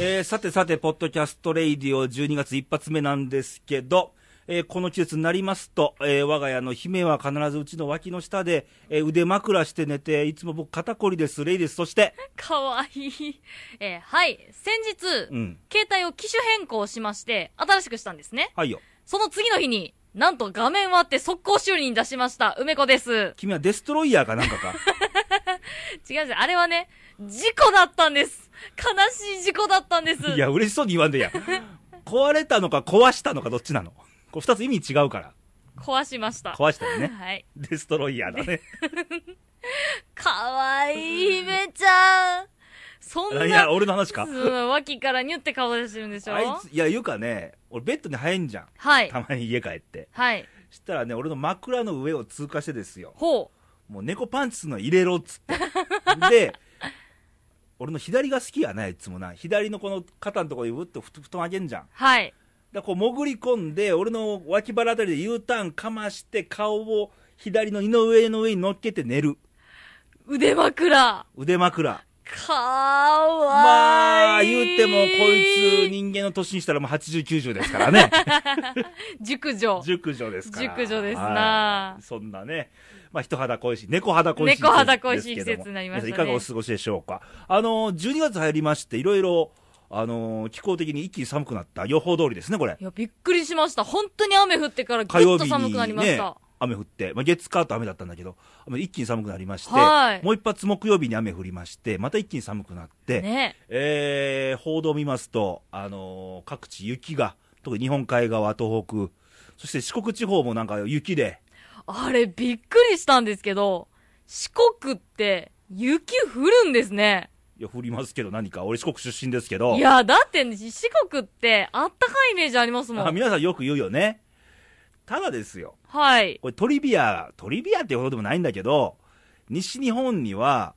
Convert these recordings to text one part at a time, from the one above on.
さて、ポッドキャストレイディオ12月一発目なんですけど、この季節になりますと、我が家の姫は必ずうちの脇の下で、腕枕して寝て、いつも僕肩こりです、レイです。そして、 かわいい。はい。先日、携帯を機種変更しまして、新しくしたんですね。 はいよ。 その次の日に、なんと画面割って速攻修理に出しました、梅子です。 君はデストロイヤーかなんかか違う、あれはね、事故だったんです。悲しい事故だったんです。 いや、嬉しそうに言わんでや。壊れたのか壊したのかどっちなの？これ二つ意味違うから。 壊しました。 壊したよね。 はい。 デストロイヤーだね。 かわいい、姫ちゃん。そんな。 いや、俺の話か。 脇からニュって顔出してるんでしょ？ あいつ、いや、言うかね、俺ベッドに入んじゃん。 はい。 たまに家帰って。 はい。 したらね、俺の枕の上を通過してですよ。 ほう。もう猫パンチするの入れろっつって。で、俺の左が好きやな、いつもな。左のこの肩のところにうっと布団あげんじゃん。 はい。 だこう潜り込んで、俺の脇腹あたりで U ターンかまして、顔を左の二の上の上に乗っけて寝る。 腕枕。 腕枕。 かわいい。 まあ、言うても、こいつ人間の年にしたらもう80、90ですからね。 熟女。 熟女ですから。 熟女ですな。 そんなね。まあ、人肌恋しい、猫肌恋しい。 猫肌恋しい季節になりましたね。 いかがお過ごしでしょうか。12月入りまして、いろいろ、気候的に一気に寒くなった予報通りですね、これ。 いや、びっくりしました。本当に雨降ってからぐっと寒くなりました。 雨降って、まあ、月火と雨だったんだけど、一気に寒くなりまして、 はい、 もう一発木曜日に雨降りまして、また一気に寒くなって、 ね、 報道を見ますと、各地雪が、特に日本海側、東北、そして四国地方もなんか雪で。 あれ、びっくりしたんですけど、四国って雪降るんですね。 いや、降りますけど何か。俺四国出身ですけど。 いや、だって四国ってあったかいイメージありますもん。 皆さんよく言うよね。ただですよ。 はい。 これトリビアってほどでもないんだけど、西日本には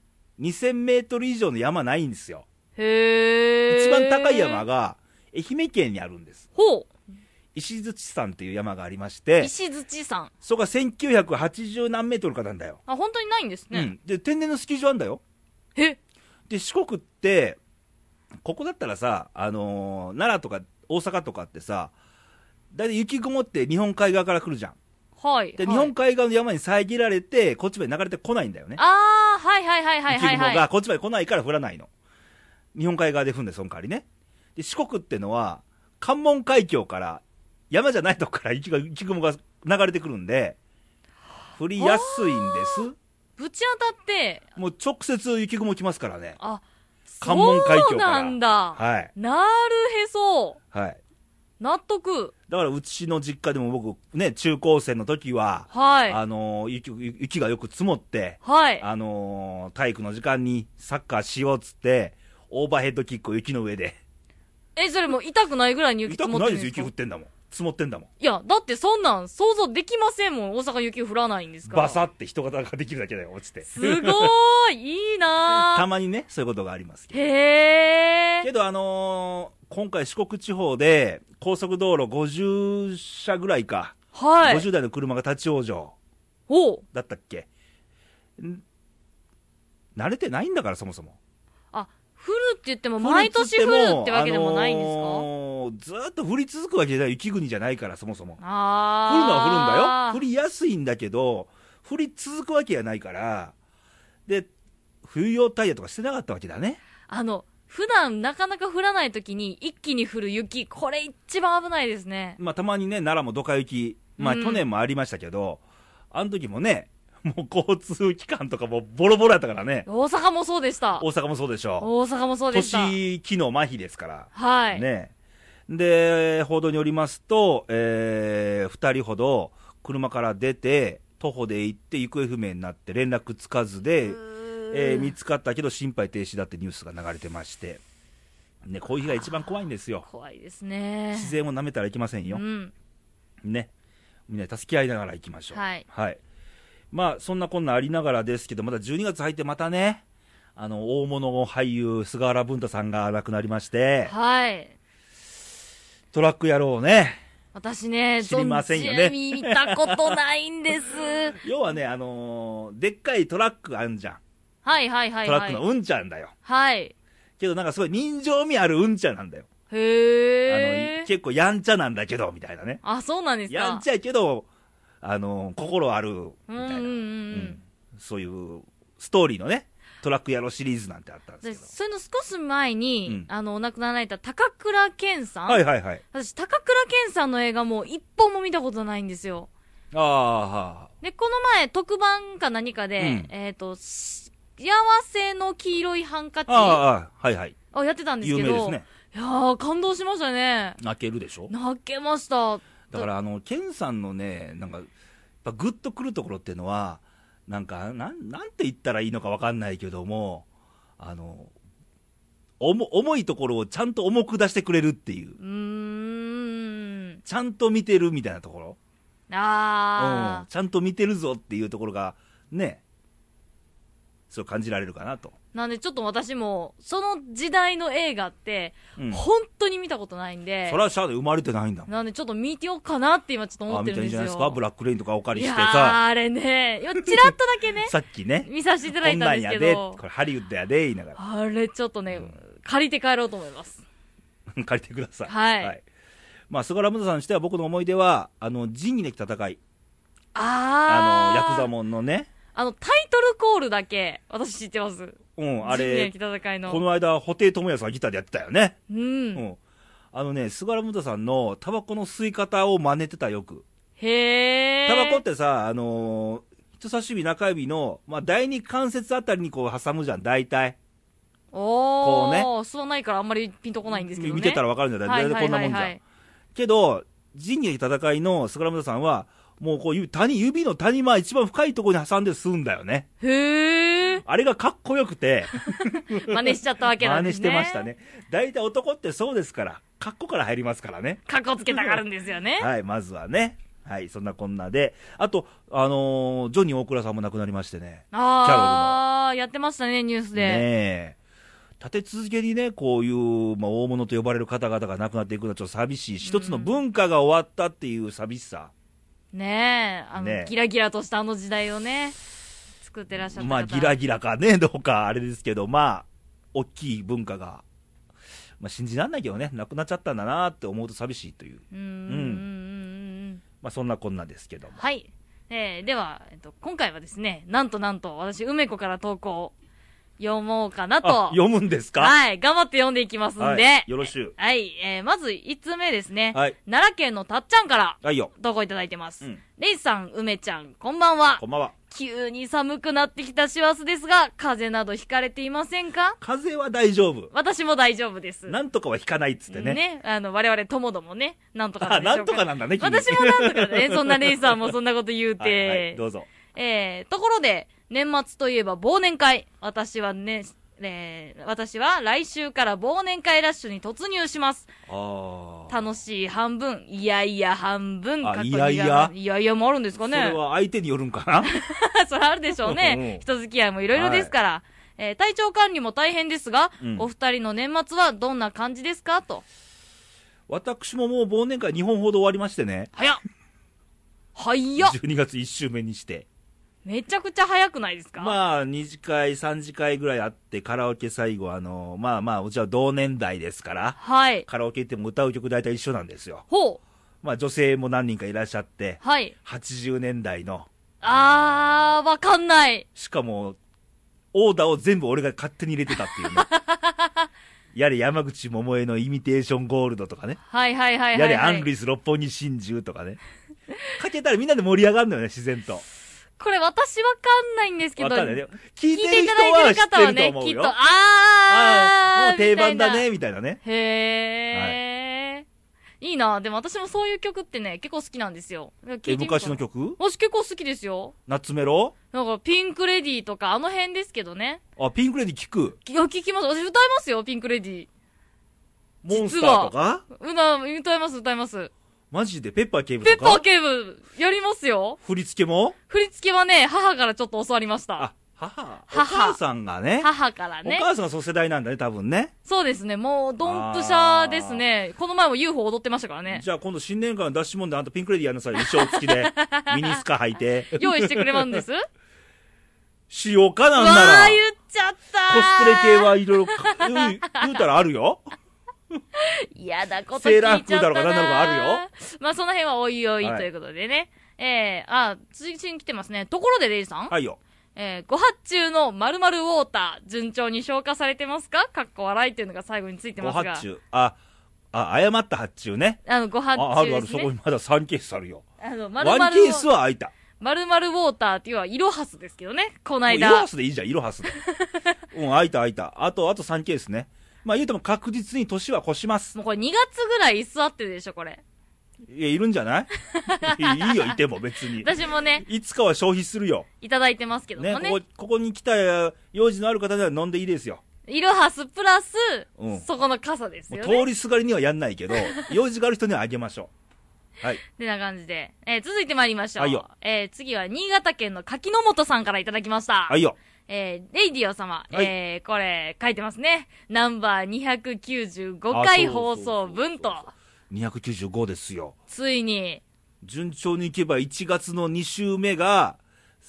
2000メートル以上の山ないんですよ。 へー。 一番高い山が愛媛県にあるんです。 ほう。 石鎚山っていう山がありまして。 石鎚山。 そこが1980何メートルかなんだよ。 あ、本当にないんですね。 うん。で、天然のスキー場あんだよ。 え？ で、四国って、ここだったらさ、奈良とか大阪とかってさ、だいたい雪雲って日本海側から来るじゃん。 はい。 で、日本海側の山に遮られて、こっちまで流れてこないんだよね。 あー、はいはいはいはいはい。 雪雲がこっちまで来ないから降らないの。日本海側で降るんだよ、その代わりね。で、四国ってのは、関門海峡から、山じゃないとこから雪雲が流れてくるんで、降りやすいんです。 ぶち当たって、 もう直接雪雲来ますからね。 あ、 関門海峡から。 そうなんだ。 はい。 なるへそ。 はい。 納得。 だからうちの実家でも僕ね、中高生の時は、 はい。 雪がよく積もって、 はい。 体育の時間にサッカーしようっつって、オーバーヘッドキックを雪の上で。 それも痛くないぐらいに雪積もってるんですか？ 痛くないです、雪降ってんだもん。積もってんだもん。 いや、だってそんなん想像できませんもん。大阪雪降らないんですから。 バサって人型ができるだけだよ、落ちて。 すごーい、いいなー。 たまにね、そういうことがありますけど。 へー。 けど今回四国地方で高速道路50車ぐらいか。 はい。 50台の車が立ち往生。 おう。 だったっけ？慣れてないんだから、そもそも。 あ、降るって言っても毎年降るってわけでもないんですか？ずーっと降り続くわけじゃない。雪国じゃないから、そもそも。降るのあは降るんだよ。降りやすいんだけど、降り続くわけじゃないから、で、冬用タイヤとかしてなかったわけだね。 普段なかなか降らない時に一気に降る雪、これ一番危ないですね。 まあ、たまにね、奈良もドカ雪、まあ、去年もありましたけど、あの時もね、もう交通機関とかもボロボロやったからね。 大阪もそうでした。 大阪もそうでしょ。 大阪もそうでした。 機能麻痺ですから。 はい。 ね。で、報道によりますと、2人ほど車から出て、徒歩で行って行方不明になって連絡つかずで、見つかったけど心肺停止だってニュースが流れてまして。ね、こういう日が一番怖いんですよ。 怖いですね。 自然を舐めたらいけませんよ。ね。みんなで助け合いながら行きましょう。 はい。 はい。まあ、そんなこんなありながらですけど、まだ12月入ってまたね、大物俳優、菅原文太さんが亡くなりまして、 はい。 トラック野郎ね。 私ね、 知りませんよね。 見たことないんです。 要はね、でっかいトラックあんじゃん。 はいはいはい、はい。 トラックのうんちゃんだよ。 はい。 けどなんかすごい人情味あるうんちゃなんだよ。 へ結構やんちゃなんだけど、みたいなね。 あ、そうなんですか。 やんちゃやけど、心ある、みたいな。そういうストーリーのね、トラック野郎シリーズなんてあったんですけど。 それの少し前に、お亡くなられた高倉健さん。 はいはいはい。 私、高倉健さんの映画も一本も見たことないんですよ。 ああ、はあ。 で、この前、特番か何かで、幸せの黄色いハンカチ。 はいはい。 やってたんですけど。 有名ですね。 いやー、感動しましたね。 泣けるでしょ？ 泣けました。 だから健さんのね、なんか、やっぱグッとくるところっていうのは、なんか、なんて言ったらいいのかわかんないけども、重いところをちゃんと重く出してくれるっていう。ちゃんと見てるみたいなところ。ちゃんと見てるぞっていうところが、ね、そう感じられるかなと。 なんでちょっと私も、その時代の映画って、本当に見たことないんで。 それはシャアで生まれてないんだもん。 なんでちょっと見てようかなって今ちょっと思ってるんですよ。 見たんじゃないですか？ブラックレインとかお借りしてさ。 いやあれね、チラッとだけね。 さっきね。 見させていただいたんですけど。 こんなんやで、これハリウッドやで、言いながら。 あれちょっとね、借りて帰ろうと思います。 借りてください。 はい。 まあ、菅原ムタさんにしては僕の思い出は、仁義なき戦い。ヤクザモンのね。 タイトルコールだけ、私知ってます。 あれ、 この間、布袋寅泰さんギターでやってたよね。菅原ムタさんのタバコの吸い方を真似てたよく。 へー。 タバコってさ、人差し指中指の、まあ、第二関節あたりにこう挟むじゃん、大体。 こうね。吸わないからあんまりピンとこないんですけどね。 見てたらわかるんじゃない？大体こんなもんじゃん。けど、仁義なき戦いの菅原ムタさんは、もうこう指の谷間一番深いところに挟んで吸うんだよね。 へー。 あれがかっこよくて。 真似しちゃったわけなんですね。 真似してましたね。大体男ってそうですから、かっこから入りますからね。 かっこつけたがるんですよね。 はい、まずはね。はい、そんなこんなで。あと、ジョニー大倉さんも亡くなりましてね。キャロルの。 やってましたね、ニュースで。 ねえ。立て続けにね、こういう、まあ、大物と呼ばれる方々が亡くなっていくのはちょっと寂しい。一つの文化が終わったっていう寂しさ。 ねえ、ギラギラとした時代をね、作ってらっしゃった方。 まあ、ギラギラかね、どうかあれですけど、まあ、大きい文化が、まあ、信じらんないけどね、なくなっちゃったんだなって思うと寂しいという。まあ、そんなこんなですけども。 はい。では、今回はですね、なんと、私、梅子から投稿、読もうかなと。 読むんですか？ はい。頑張って読んでいきますんで。 よろしゅう。 はい。まず、5つ目ですね。 はい。 奈良県のたっちゃんから、投稿いただいてます。レイさん、梅ちゃん、こんばんは。 こんばんは。 急に寒くなってきた師走ですが、風邪などひかれていませんか？ 風邪は大丈夫。 私も大丈夫です。 なんとかはひかないっつってね。 ね。我々ともどもね、なんとかなんでしょうか。 なんとかなんだね、君。 私もなんとかね。そんなレイさんもそんなこと言うて。 はい、どうぞ。 ところで、年末といえば忘年会。私は来週から忘年会ラッシュに突入します。楽しい半分、いやいや半分、 いやいやいやいやもあるんですかね。 それは相手によるんかなそれあるでしょうね。人付き合いもいろいろですから。体調管理も大変ですが、お二人の年末はどんな感じですかと。 私ももう忘年会2本ほど終わりましてね。 早っ 12月1週目にして。 めちゃくちゃ早くないですか？ まあ、2次会、3次会ぐらいあって、カラオケ最後、うちは同年代ですから、 はい。 カラオケ行っても歌う曲大体一緒なんですよ。 ほう。 まあ、女性も何人かいらっしゃって、 はい。 80年代の。 わかんない。 しかも、オーダーを全部俺が勝手に入れてたっていうね。やれ山口百恵のイミテーションゴールドとかね。 はい。やれアンルイス六本木真珠とかね。かけたらみんなで盛り上がるのよね、自然と。 これ私わかんないんですけど。 わかんないね。聞いてる人は知ってると思うよ。 もう定番だね、みたいなね。 へー。いいな。でも私もそういう曲ってね、結構好きなんですよ。 昔の曲？ 私結構好きですよ。 夏メロ？ なんかピンクレディーとかあの辺ですけどね。 ピンクレディー聞く？ 聞きます。私歌いますよ、ピンクレディー。 モンスターとか？ 歌います。 マジでペッパー警部とか？ ペッパー警部、やりますよ。 振り付けも？ 振り付けはね、母からちょっと教わりました。 お母さんがね。 母からね。 お母さんがそう世代なんだね、多分ね。 そうですね、もう、ドンピシャですね。この前も UFO 踊ってましたからね。 じゃあ今度新年会のダッシュモンであんたピンクレディーやるのさ、衣装付きで、ミニスカ履いて。 用意してくれますんです？ しようかなんなら。 言っちゃったコスプレ系はいろいろ言うたらあるよ。 嫌なこと聞いちゃったな。 セーラー服だろうが何だろうがあるよ。 まあその辺はおいおいということでね。続きに来てますね。ところでレイさん。 はいよ。 ご発注の〇〇ウォーター、順調に消化されてますか？かっこ笑いっていうのが最後についてますが。 ご発注。誤った発注ね。 ご発注ですね。 あるある、そこにまだ3ケースあるよ。 ワ 1ケースは開いた。 〇〇ウォーターっていうのはイロハスですけどね。こないだ。 イロハスでいいじゃん、イロハスで。開いた。あと3ケースね。まあ言うても確実に年は越します。 もうこれ2月ぐらい居座ってるでしょ、これ。 いや、いるんじゃないいいよ、いても別に。 私もね。 いつかは消費するよ。 いただいてますけどもね。 ここに来た用事のある方では飲んでいいですよ。 イロハスプラス、そこの傘ですよね。 通りすがりにはやんないけど、用事がある人にはあげましょう。はい。 てな感じで。続いて参りましょう。 はいよ。 次は新潟県の柿の本さんからいただきました。 はいよ。 レイディオ様、 はい、 これ書いてますね。ナンバー295回放送分と。 295ですよ。 ついに。 順調にいけば1月の2週目が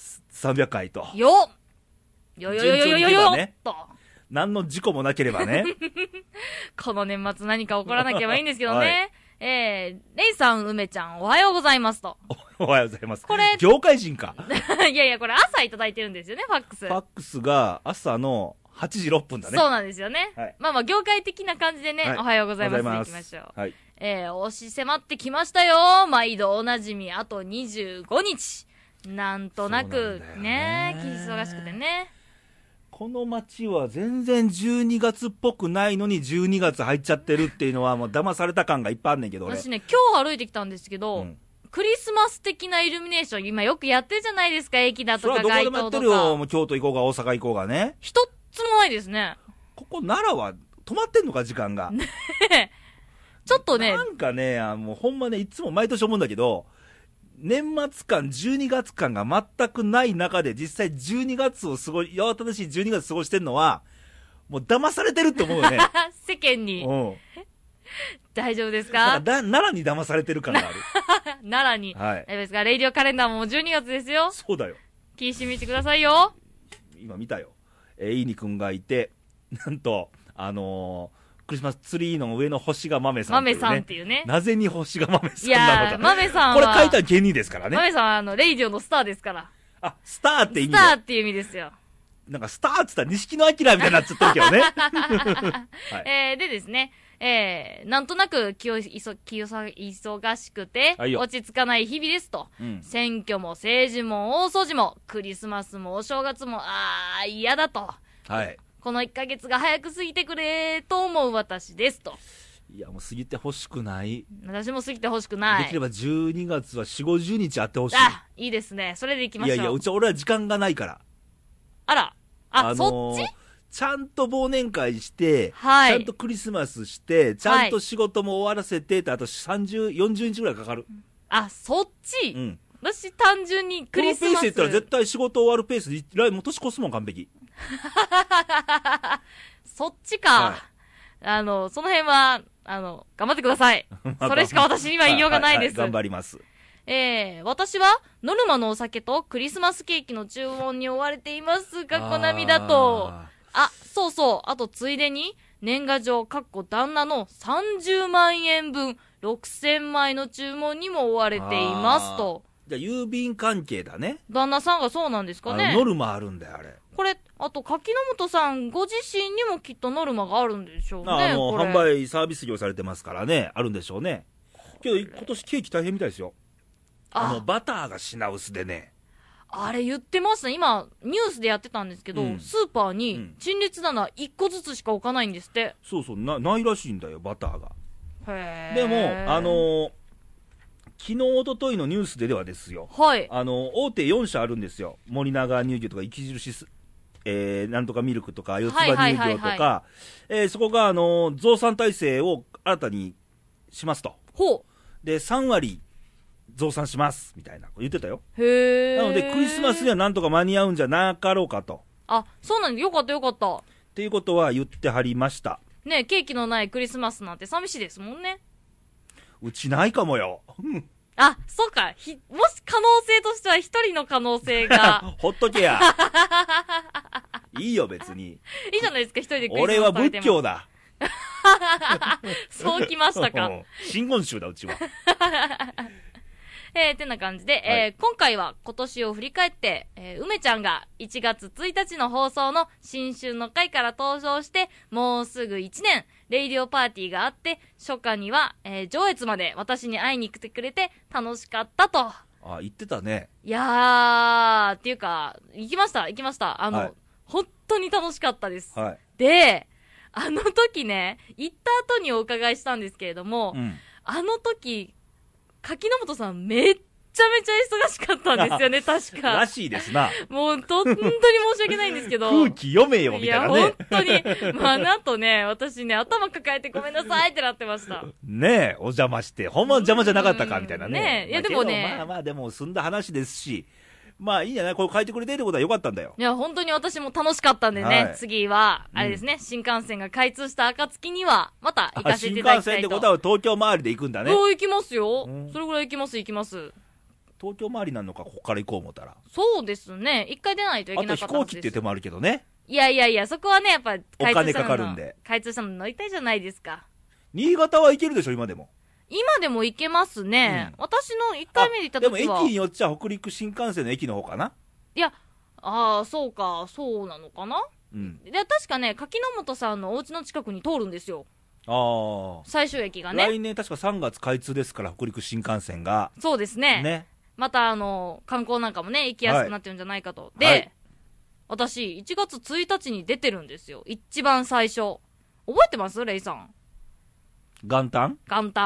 300回と。 よっと。 何の事故もなければね。 この年末何か起こらなければいいんですけどね。 はいレイさん、梅ちゃん、おはようございますと。 おはようございます。 これ、 業界人か。 いやいや、これ朝いただいてるんですよね、ファックス。 ファックスが朝の8時6分だね。 そうなんですよね。 はい、 まあ業界的な感じでね、はい、おはようございます。行きましょう。 はい。 押し迫ってきましたよ。毎度おなじみ、あと25日。なんとなく、ね、忙しくてね。 この街は全然12月っぽくないのに12月入っちゃってるっていうのはもう騙された感がいっぱいあんねんけど俺。 私ね、今日歩いてきたんですけど、クリスマス的なイルミネーション今よくやってるじゃないですか、駅だとか街灯とか。それはどこでもやってるよ。もう京都行こうが大阪行こうがね。 一つもないですね。 ここ奈良は止まってんのか時間が。 ねえ。ちょっとね。 なんかね、もうほんまね、いつも毎年思うんだけど、年末感、12月感が全くない中で、実際12月を慌ただしい12月過ごしてるのは、もう騙されてるって思うよね。 世間に。大丈夫ですか？ 奈良に騙されてる感がある。 奈良に。 はい。 大丈夫ですか？レイディオカレンダーも12月ですよ。 そうだよ。 気してみてくださいよ。 今見たよ。いいにくんがいて、なんと、クリスマスツリーの上の星が豆さんっていうね。 豆さんっていうね。 なぜに星が豆さんなのか。 豆さんは。 これ書いた芸人ですからね。 豆さんはレイディオのスターですから。 あ、スターって意味スターっていう意味ですよ。 なんかスターって言ったら錦野明みたいになっちゃってるけどね。 はい、でですね、なんとなく忙しくて、落ち着かない日々ですと。選挙も政治も大掃除も、クリスマスもお正月も、嫌だと。 はい。 この1ヶ月が早く過ぎてくれと思う私ですと。 いや、もう過ぎてほしくない。 私も過ぎてほしくない。 できれば12月は4、50日あってほしい。 いいですね。それで行きましょう。 いやいや、俺は時間がないから。 あら。そっち？ ちゃんと忘年会して、 はい、 ちゃんとクリスマスして、ちゃんと仕事も終わらせて、あと30、40日ぐらいかかる。 そっち？うん。私単純にクリスマス。 このペースで言ったら絶対仕事終わるペースで、もう年越すもん完璧。 そっちか。はい、その辺は、頑張ってください。それしか私には言いようがないです。 頑張ります。 私は、ノルマのお酒とクリスマスケーキの注文に追われています。過去並みだと。そうそう。あと、ついでに、年賀状、旦那の30万円分、6000枚の注文にも追われていますと。 じゃあ、郵便関係だね。 旦那さんがそうなんですかね。 ノルマあるんだよ、あれ。 これ、あと、柿の本さんご自身にもきっとノルマがあるんでしょうね。 販売サービス業されてますからね、あるんでしょうね。けど、今年ケーキ大変みたいですよ。バターが品薄でね。 あれ言ってましたね。今、ニュースでやってたんですけど、スーパーに陳列棚1個ずつしか置かないんですって。 そうそう、ないらしいんだよ、バターが。 へー。 でも、昨日、一昨日のニュースではですよ。 はい。 大手4社あるんですよ。森永乳業とか、生き印、なんとかミルクとか、四つ葉乳業とか、そこが、増産体制を新たにしますと。 ほう。 で、3割増産します、みたいな言ってたよ。 へー。 なので、クリスマスにはなんとか間に合うんじゃなかろうかと。 そうなんで、よかったよかった。 っていうことは言ってはりました。 ね、ケーキのないクリスマスなんて寂しいですもんね。 うちないかもよ。 そうか。もし可能性としては一人の可能性が。 ほっとけや。 いいよ、別に。 いいじゃないですか、一人でクイズ俺は仏教だ。 だ。 そうきましたか。 真言宗だ、うちは。 てな感じで、今回は今年を振り返って、梅ちゃんが1月1日の放送の新春の回から登場して、もうすぐ1年、レイディオパーティーがあって、初夏には、上越まで私に会いに来てくれて楽しかったと。 あ、言ってたね。 いやー、っていうか、行きました。はい、本当に楽しかったです。 はい。 で、あの時ね、行った後にお伺いしたんですけれども、あの時、柿本さんめっちゃめちゃ忙しかったんですよね、確か。 らしいですな。 もう、本当に申し訳ないんですけど。 空気読めよ、みたいなね。 いや、本当に。まあ、なんとね、私ね、頭抱えてごめんなさいってなってました。 ねえ、お邪魔して。ほんま邪魔じゃなかったか、みたいなね。 ねえ、いやでもね。 まあまあ、でも済んだ話ですし。まあいいんじゃない、これ書いてくれてるってことはよかったんだよ。 いや、本当に私も楽しかったんでね、はい、次は、あれですね、新幹線が開通した暁には、また行かせていただきたいと。 新幹線ってことは東京周りで行くんだね。 そう、行きますよ。それぐらい行きます。 東京周りなのか、ここから行こう思ったら。 そうですね。一回出ないといけなかったんです。 あと飛行機って手もあるけどね。 いや、そこはね、やっぱお金かかるんで。 開通したの乗りたいじゃないですか。 新潟は行けるでしょ、今でも。 今でも行けますね。私の1回目で行った時は。 でも駅によっちゃ北陸新幹線の駅の方かな。 いや、そうか、そうなのかな。で、確かね、柿本さんのお家の近くに通るんですよ。最終駅がね。 来年確か3月開通ですから、北陸新幹線が。 そうですね。 ね。 また観光なんかもね、行きやすくなってるんじゃないかと。で、私、1月1日に出てるんですよ。一番最初。覚えてますレイさん。 元旦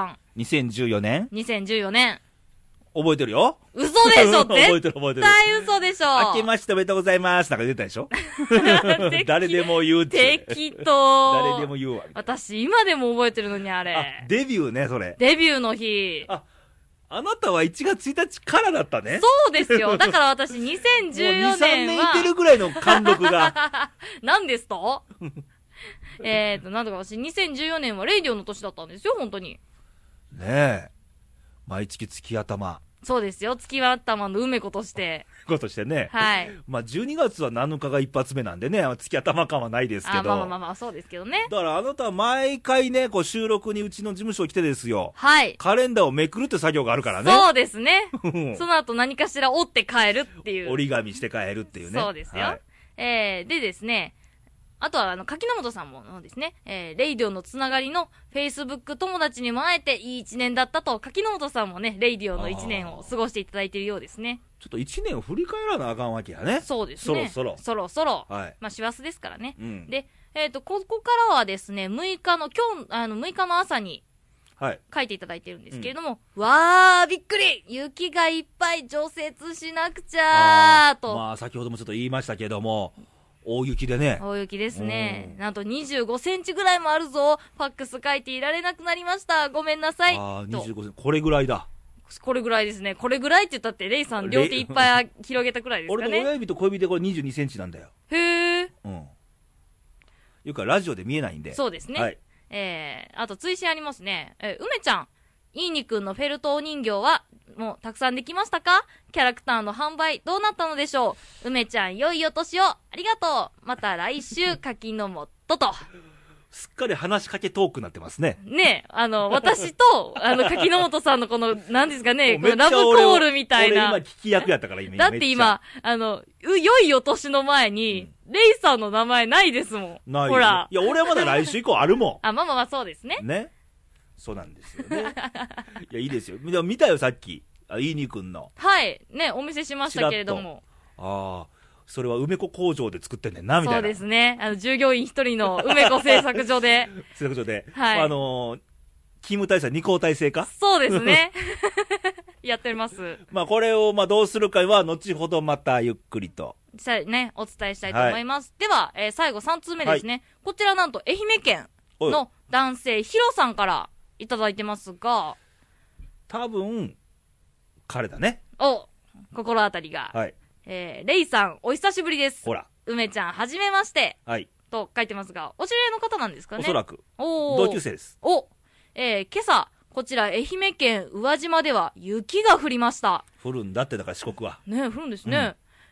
?2014 年 ?2014 年。 覚えてるよ。 嘘でしょって覚えてる。 絶対嘘でしょ。 明けましておめでとうございます。なんか出たでしょ誰でも言うって。 適当。 誰でも言うわ。 私、今でも覚えてるのにあれ。 デビューね、それ。 デビューの日。 あなたは1月1日からだったね。 そうですよ。だから私、2014年は。2、3 年いてるぐらいの貫禄が。 何ですとなんとか私、2014年はレイディオの年だったんですよ、本当に。 ねえ。毎月月頭。 そうですよ。月頭の梅子として。 ことしてね。 はい。 まあ、12月は7日が一発目なんでね、月頭感はないですけど。 まあ、そうですけどね。 だからあなたは毎回ね、こう収録にうちの事務所来てですよ。 はい。 カレンダーをめくるって作業があるからね。 そうですね。その後何かしら折って帰るっていう。 折り紙して帰るっていうね。 そうですよ。はい、でですね、あとは柿本さんもですね、レイディオのつながりのフェイスブック友達にも会えていい一年だったと、柿本さんもね、レイディオの一年を過ごしていただいているようですね。 ちょっと一年を振り返らなあかんわけやね。 そうですね。そろそろ。はい。まあ、師走ですからね。で、ここからはですね、6日の朝に、書いていただいてるんですけれども、わー、びっくり雪がいっぱい除雪しなくちゃーと。 まあ、先ほどもちょっと言いましたけども、大雪でね。 大雪ですね。なんと25センチぐらいもあるぞ。ファックス書いていられなくなりました。ごめんなさい。 25センチ。これぐらいだ。 これぐらいですね。これぐらいって言ったって、レイさん両手いっぱい広げたくらいですかね。 俺の親指と小指でこれ22センチなんだよ。 へー。 いうか、ラジオで見えないんで。 そうですね。はい。あと、追伸ありますね。梅ちゃん、いいにくんのフェルトお人形は、もうたくさんできましたか？キャラクターの販売どうなったのでしょう？梅ちゃん良いお年をありがとう。また来週柿のもっとと。 すっかり話しかけトークになってますね。 ねえ、私と、柿の本さんのこの、なんですかね、このラブコールみたいな。 俺今聞き役やったから今。 だって今、良いお年の前に、レイさんの名前ないですもん。 ない。 ほら。 いや、俺はまだ来週以降あるもん。まあそうですね。 ね。そうなんですよね。いや、いいですよ。でも見たよ、さっき。いいにくんの。 はい。ね、お見せしましたけれども。 それは梅子工場で作ってんねんな、みたいな。 そうですね。従業員一人の梅子製作所で。 製作所で。 はい。 勤務体制2交代制か？ そうですね。やってます。 まあ、これを、どうするかは、後ほどまたゆっくりと。 ね、お伝えしたいと思います。では、最後3通目ですね。こちらなんと、愛媛県の男性、ヒロさんからいただいてますが。 多分、彼だね。 心当たりが。 はい。 レイさん、お久しぶりです。 ほら。 梅ちゃん、はじめまして。 はい。 と書いてますが、お知り合いの方なんですかね？ おそらく。同級生です。 今朝、こちら、愛媛県宇和島では雪が降りました。 降るんだって、だから四国は。 ね、降るんですね。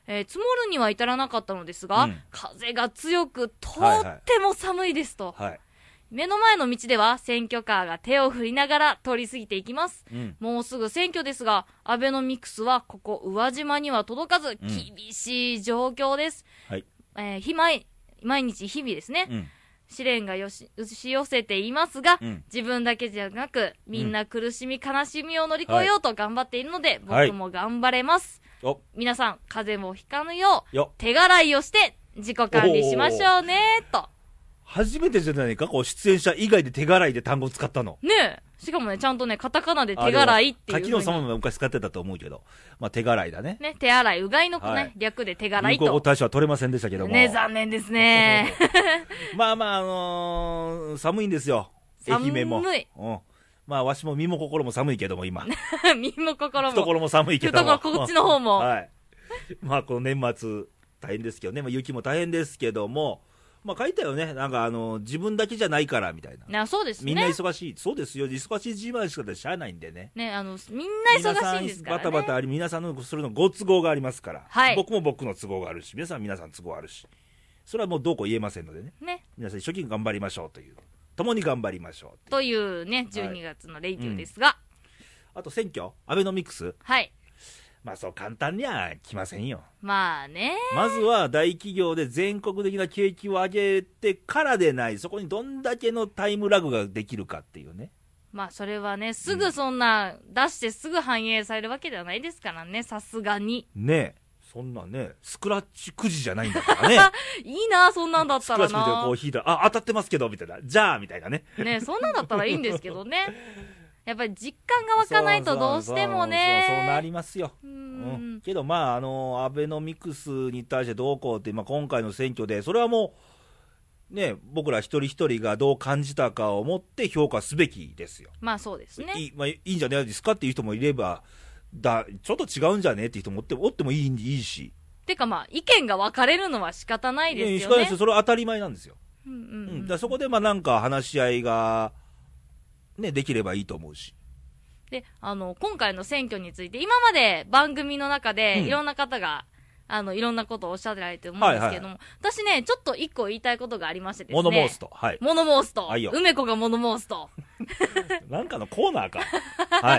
積もるには至らなかったのですが、風が強く、とっても寒いですと。目の前の道では選挙カーが手を振りながら通り過ぎていきます。もうすぐ選挙ですが、アベノミクスはここ宇和島には届かず、厳しい状況です。毎日日々ですね。試練が押し寄せていますが、自分だけじゃなく、みんな苦しみ、悲しみを乗り越えようと頑張っているので、僕も頑張れます。皆さん、風邪もひかぬよう、手洗いをして自己管理しましょうね、と。 初めてじゃないか、こう出演者以外で手洗いで単語使ったの。 ねえ。しかもね、ちゃんとね、カタカナで手洗いっていう。 柿野様も昔使ってたと思うけど、まあ手洗いだね。 ね、手洗い、うがいのね、略で手洗いと。 流行語大賞は取れませんでしたけども。 ね、残念ですね。 まあまあ、寒いんですよ。愛媛も。 寒い。 まあ、わしも身も心も寒いけども、今。 身も心も。 懐も寒いけども。 こっちの方も。 はい。まあ、この年末、大変ですけどね。まあ、雪も大変ですけども、まあ書いたよね。なんか自分だけじゃないからみたいな。 そうですね。 みんな忙しい。そうですよ。忙しい自慢しかしゃあないんでね。 ね、みんな忙しいんですからね。 バタバタあり、皆さんのそれのご都合がありますから。 はい。 僕も僕の都合があるし、皆さん都合あるし。それはもうどうこう言えませんのでね。 ね。 皆さん一生懸命頑張りましょうという。共に頑張りましょうというね、12月のレイディオですが。 あと選挙アベノミクス。 はい。 まあそう簡単には来ませんよ。 まあね。 まずは大企業で全国的な景気を上げてからでない、そこにどんだけのタイムラグができるかっていうね。 まあそれはね、すぐそんな出してすぐ反映されるわけではないですからね、さすがに。 ねえ。そんなね、スクラッチくじじゃないんだからね。 いいな、そんなんだったらな。 スクラッチくじでこう引いたら、当たってますけど、みたいな。じゃあ、みたいなね。 ね、そんなんだったらいいんですけどね。やっぱり実感が湧かないとどうしてもね。 そうなりますよ。けどまあ、アベノミクスに対してどうこうって、まあ今回の選挙で、それはもう、ね、僕ら一人一人がどう感じたかをもって評価すべきですよ。 まあそうですね。 いいんじゃないですかっていう人もいれば、ちょっと違うんじゃねっていう人もおってもいいし。 てかまあ、意見が分かれるのは仕方ないですよね。 仕方ないですよ。それは当たり前なんですよ。だそこでまあなんか話し合いが、ね、できればいいと思うし。 で、今回の選挙について、今まで番組の中でいろんな方が、いろんなことをおっしゃってられてると思うんですけども、私ね、ちょっと一個言いたいことがありましてですね。 物申すと。はい。 物申すと。梅子が物申すと。 なんかのコーナーか。はい。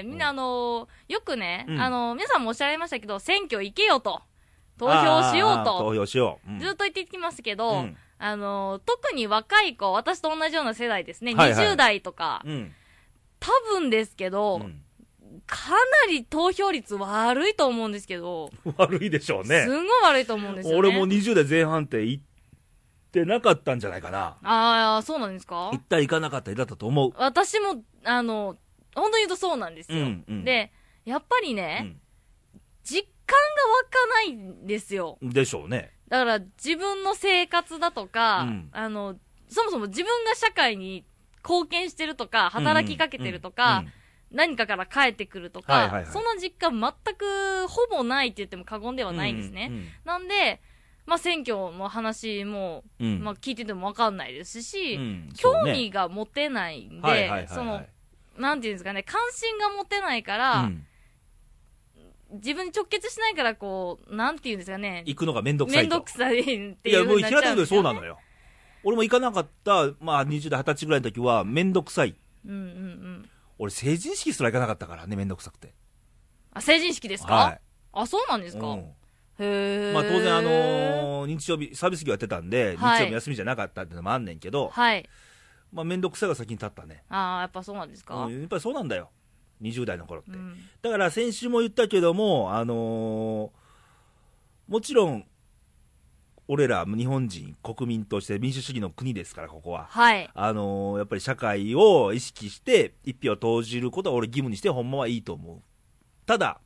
みんなよくね、皆さんもおっしゃられましたけど、選挙行けよと。投票しようと。 投票しよう。ずっと言ってきますけど、特に若い子、私と同じような世代ですね、20代とか、多分ですけど、かなり投票率悪いと思うんですけど。 悪いでしょうね。 すんごい悪いと思うんですよね。 俺も20代前半って言ってなかったんじゃないかな。 ああ、そうなんですか？ 行った行かなかったりだったと思う。 私も、本当に言うとそうなんですよ。で、やっぱりね、実感が湧かないんですよ。 でしょうね。 だから自分の生活だとか、そもそも自分が社会に貢献してるとか、働きかけてるとか、何かから帰ってくるとか、その実感全くほぼないって言っても過言ではないんですね。なんで、まあ選挙の話も、まあ聞いててもわかんないですし、興味が持てないんで、なんていうんですかね、関心が持てないから、自分に直結しないから、こう、なんていうんですかね。 行くのがめんどくさいと。 めんどくさいっていう風になっちゃうんですよね。いや、もう平たく言うとそうなのよ。俺も行かなかった、まあ20代、20歳ぐらいの時は、めんどくさい。俺、成人式すら行かなかったからね、めんどくさくて。 あ、成人式ですか？はい。あ、そうなんですか？へー。 まあ当然日曜日、サービス業やってたんで、日曜日休みじゃなかったってのもあんねんけど、はい。まあめんどくさいが先に立ったね。 ああ、やっぱそうなんですか？ やっぱりそうなんだよ。20代の頃って。だから先週も言ったけども、もちろん、俺ら日本人、国民として民主主義の国ですから、ここは。はい。やっぱり社会を意識して一票を投じることは俺義務にしてほんまはいいと思う。ただ、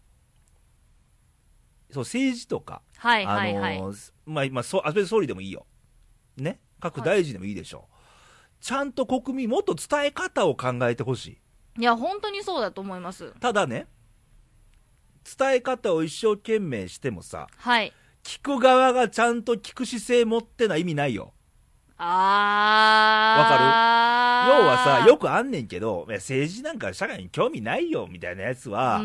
そう政治とか、はいはいはい。まあ、安倍総理でもいいよ。ね。各大臣でもいいでしょう。はい、ちゃんと国民もっと伝え方を考えてほしい。 いや、本当にそうだと思います。 ただね、伝え方を一生懸命してもさ、はい。聞く側がちゃんと聞く姿勢持ってない意味ないよ。わかる？要はさ、よくあんねんけど、政治なんか社会に興味ないよみたいなやつは、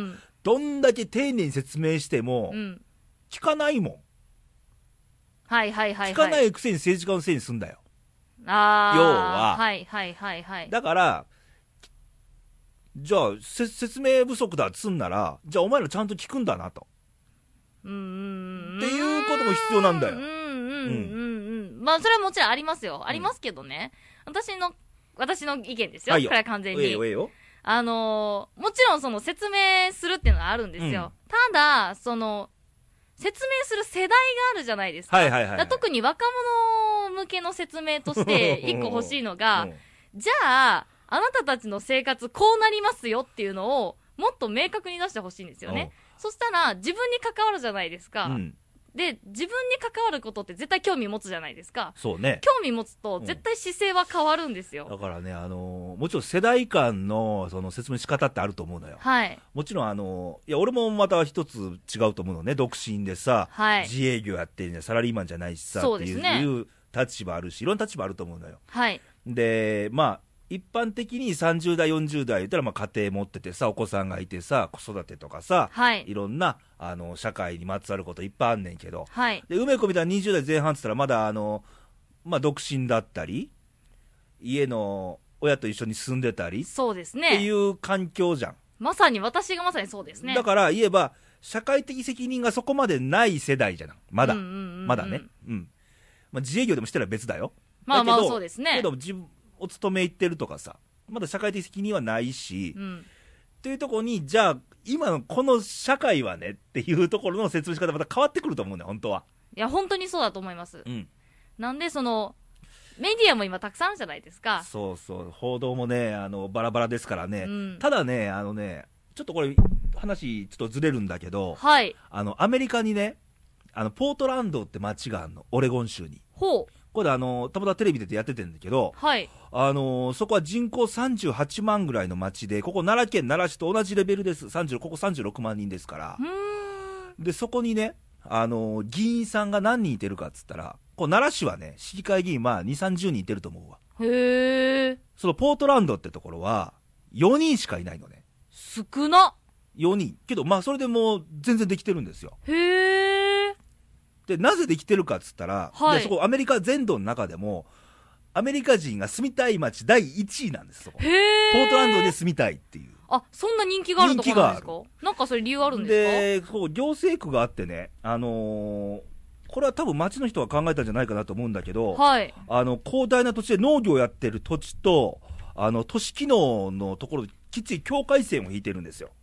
どんだけ丁寧に説明しても、聞かないもん。 はいはいはいはい。 聞かないくせに政治家のせいにすんだよ。 要は。 はいはいはいはい。だから、じゃあ、説明不足だっつんなら、じゃあお前らちゃんと聞くんだなと。っていうことも必要なんだよ。 まあ、それはもちろんありますよ。ありますけどね。私の意見ですよ。これは完全に。もちろんその説明するっていうのはあるんですよ。ただ、説明する世代があるじゃないですか。特に若者向けの説明として一個欲しいのが、じゃあ、あなたたちの生活こうなりますよっていうのをもっと明確に出してほしいんですよね。そしたら自分に関わるじゃないですか。で、自分に関わることって絶対興味持つじゃないですか。 そうね。 興味持つと絶対姿勢は変わるんですよ。 だからね、もちろん世代間のその説明の仕方ってあると思うのよ。 はい。 もちろんいや、俺もまた一つ違うと思うのね。独身でさ、自営業やってんじゃサラリーマンじゃないしさ、っていう立場あるし、いろんな立場あると思うのよ。 はい。 で、まあ、一般的に30代、40代言ったら、まあ家庭持っててさ、お子さんがいてさ、子育てとかさ、いろんな、社会にまつわることいっぱいあんねんけど、で、梅子みたいな20代前半って言ったら、まだまあ独身だったり、家の親と一緒に住んでたり、 そうですね。 っていう環境じゃん。 私がまさにそうですね。 だから言えば、社会的責任がそこまでない世代じゃん。まだ。まだね。まあ自営業でもしてたら別だよ。 まあまあそうですね。 けど自分、お勤め行ってるとかさ、まだ社会的責任はないし、というところに、じゃあ、今のこの社会はねっていうところの説明し方また変わってくると思うね、本当は。 いや、本当にそうだと思います。なんで、メディアも今たくさんあるじゃないですか。 そうそう、報道もね、バラバラですからね。ただね、ちょっとこれ、話ちょっとずれるんだけど、アメリカにね、ポートランドって街があるの、オレゴン州に。これたまたまテレビでやっててんだけど、そこは人口38万ぐらいの町で、ここ奈良県奈良市と同じレベルです。ここ36万人ですから。で、そこにね、議員さんが何人いてるかっつったら、奈良市はね、市議会議員まあ2、30人いてると思うわ。そのポートランドってところは、4人しかいないのね。 少な。 4人。けど、まあそれでもう全然できてるんですよ。で、なぜできてるかっつったら、そこアメリカ全土の中でも、アメリカ人が住みたい街第1位なんです、そこ。ポートランドで住みたいっていう。 あ、そんな人気があるところなんですか？なんかそれ理由あるんですか？ で、行政区があってね、これは多分町の人が考えたんじゃないかなと思うんだけど、広大な土地で農業をやってる土地と、都市機能のところできっちり境界線を引いてるんですよ。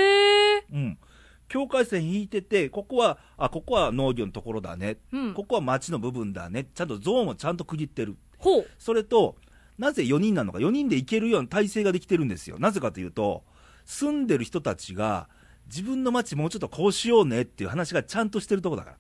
境界線引いてて、ここは農業のところだね。ここは町の部分だね。ちゃんとゾーンをちゃんと区切ってる。それと、なぜ4人なのか、4人で行けるような体制ができてるんですよ。なぜかというと、住んでる人たちが、自分の町もうちょっとこうしようねっていう話がちゃんとしてるところだから。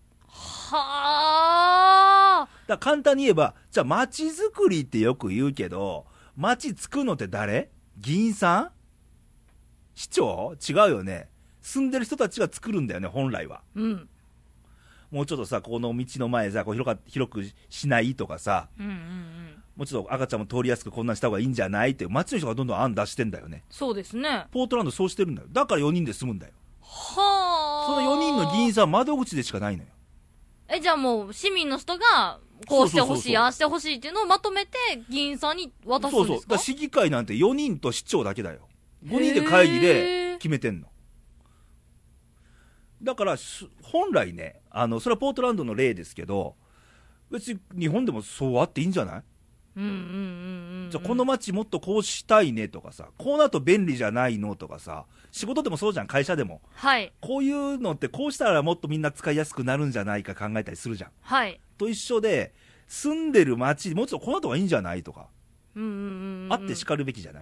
だから簡単に言えば、じゃあ町づくりってよく言うけど、町作るのって誰？議員さん？市長？違うよね。住んでる人たちが作るんだよね、本来は。もうちょっとさ、この道の前さ、広くしないとかさ、もうちょっと赤ちゃんも通りやすくこんなんした方がいいんじゃないって、町の人がどんどん案出してんだよね。 そうですね。 ポートランドそうしてるんだよ。だから4人で住むんだよ。その4人の議員さんは窓口でしかないのよ。 じゃあもう市民の人が、こうしてほしい、ああしてほしいっていうのをまとめて議員さんに渡すんですか？ だから市議会なんて4人と市長だけだよ。5人で会議で決めてんの。だから本来ね、それはポートランドの例ですけど、別に日本でもそうあっていいんじゃない？じゃあこの街もっとこうしたいねとかさ、こうなると便利じゃないのとかさ、仕事でもそうじゃん、会社でも。こういうのってこうしたらもっとみんな使いやすくなるんじゃないか考えたりするじゃん。と一緒で、住んでる街、もうちょっとこうなった方がいいんじゃないとか、あって叱るべきじゃない？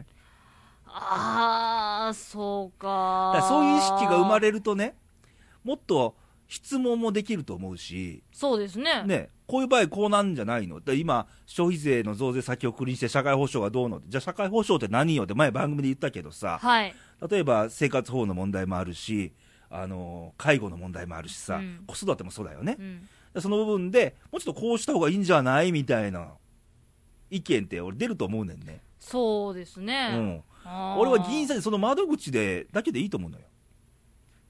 そうか。 そういう意識が生まれるとね、もっと質問もできると思うし、 そうですね。 こういう場合こうなんじゃないの？で今、消費税の増税先送りにして社会保障がどうの？じゃあ社会保障って何よって前番組で言ったけどさ、例えば生活保護の問題もあるし、介護の問題もあるしさ、子育てもそうだよね。その部分でもうちょっとこうした方がいいんじゃないみたいな意見って俺出ると思うねんね。 そうですね。 俺は議員さんにその窓口だけでいいと思うのよ。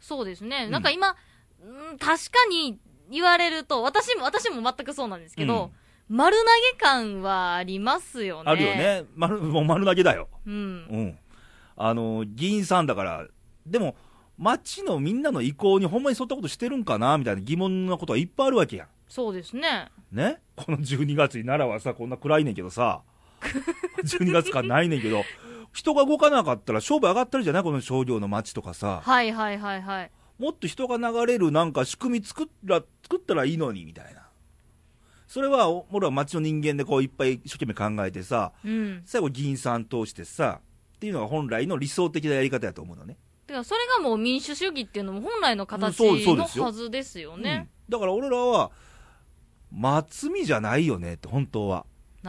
そうですね。 うんなんか今、確かに言われると、私も全くそうなんですけど、丸投げ感はありますよね。 あるよ。ね。もう丸投げだよ。 うん。 議員さんだから、でも、町のみんなの意向にほんまにそんなことしてるんかなみたいな疑問なことはいっぱいあるわけやん。 そうですね。 ね、この12月に奈良はさ、こんな暗いねんけどさ、12月間ないねんけど、人が動かなかったら商売上がったりじゃない、この商業の街とかさ、 はいはいはいはい。 もっと人が流れるなんか仕組み作ったらいいのにみたいな、それは俺は町の人間でこういっぱい一生懸命考えてさ、最後、議員さん通してさ、っていうのが本来の理想的なやり方やと思うのね。 てかそれがもう民主主義っていうのも本来の形のはずですよね。 だから俺らは、松見じゃないよねって、本当は。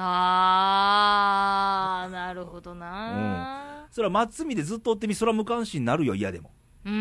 なるほどな、 それは松見でずっとおってみ、それは無関心になるよ、嫌でも。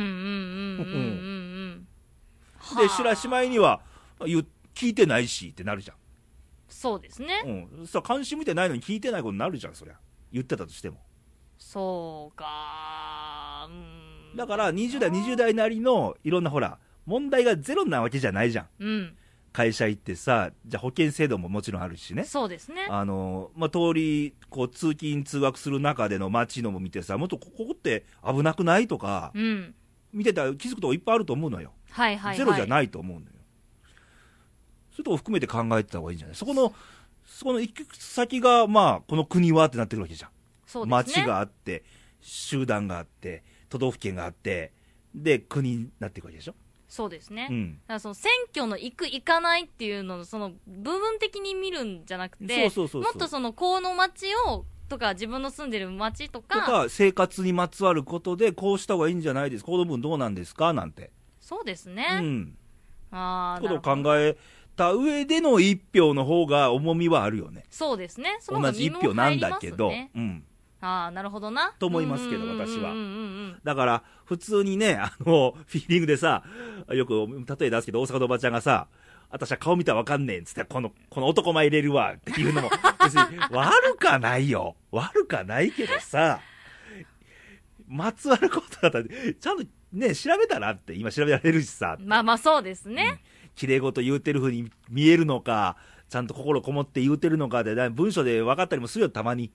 で、しまいには、聞いてないしってなるじゃん。 そうですね。 さ、関心見てないのに聞いてないことになるじゃん、そりゃ。言ってたとしても。 そうか。 だから、20代なりの、いろんなほら、問題がゼロなわけじゃないじゃん。会社行ってさ、じゃあ保険制度ももちろんあるしね。 そうですね。 通り、こう、通勤通学する中での街のも見てさ、もっとここって危なくないとか、見てたら気づくとこいっぱいあると思うのよ。ゼロじゃないと思うのよ。そういうとこ含めて考えてた方がいいんじゃない。そこの行く先が、まあ、この国はってなってくるわけじゃん。 そうですね。 街があって、集団があって、都道府県があって、で、国になっていくわけでしょ。 そうですね。だからその選挙の行く行かないっていうのをその部分的に見るんじゃなくて、もっとそのこの街をとか自分の住んでる街とか生活にまつわることでこうした方がいいんじゃないですか、この分どうなんですかなんて。 そうですね。 ことを考えた上での一票の方が重みはあるよね。 そうですね。 同じ一票なんだけど、 なるほどな。 と思いますけど、私は。だから、普通にね、フィーリングでさ、よく例え出すけど、大阪のおばちゃんがさ、私は顔見たらわかんねえんつって、この男前入れるわっていうのも、別に悪かないよ。悪かないけどさ、まつわることだったら、ちゃんとね、調べたらって、今調べられるしさ。 まあそうですね。 綺麗事言うてる風に見えるのか、ちゃんと心こもって言うてるのかで、文章で分かったりもするよ、たまに。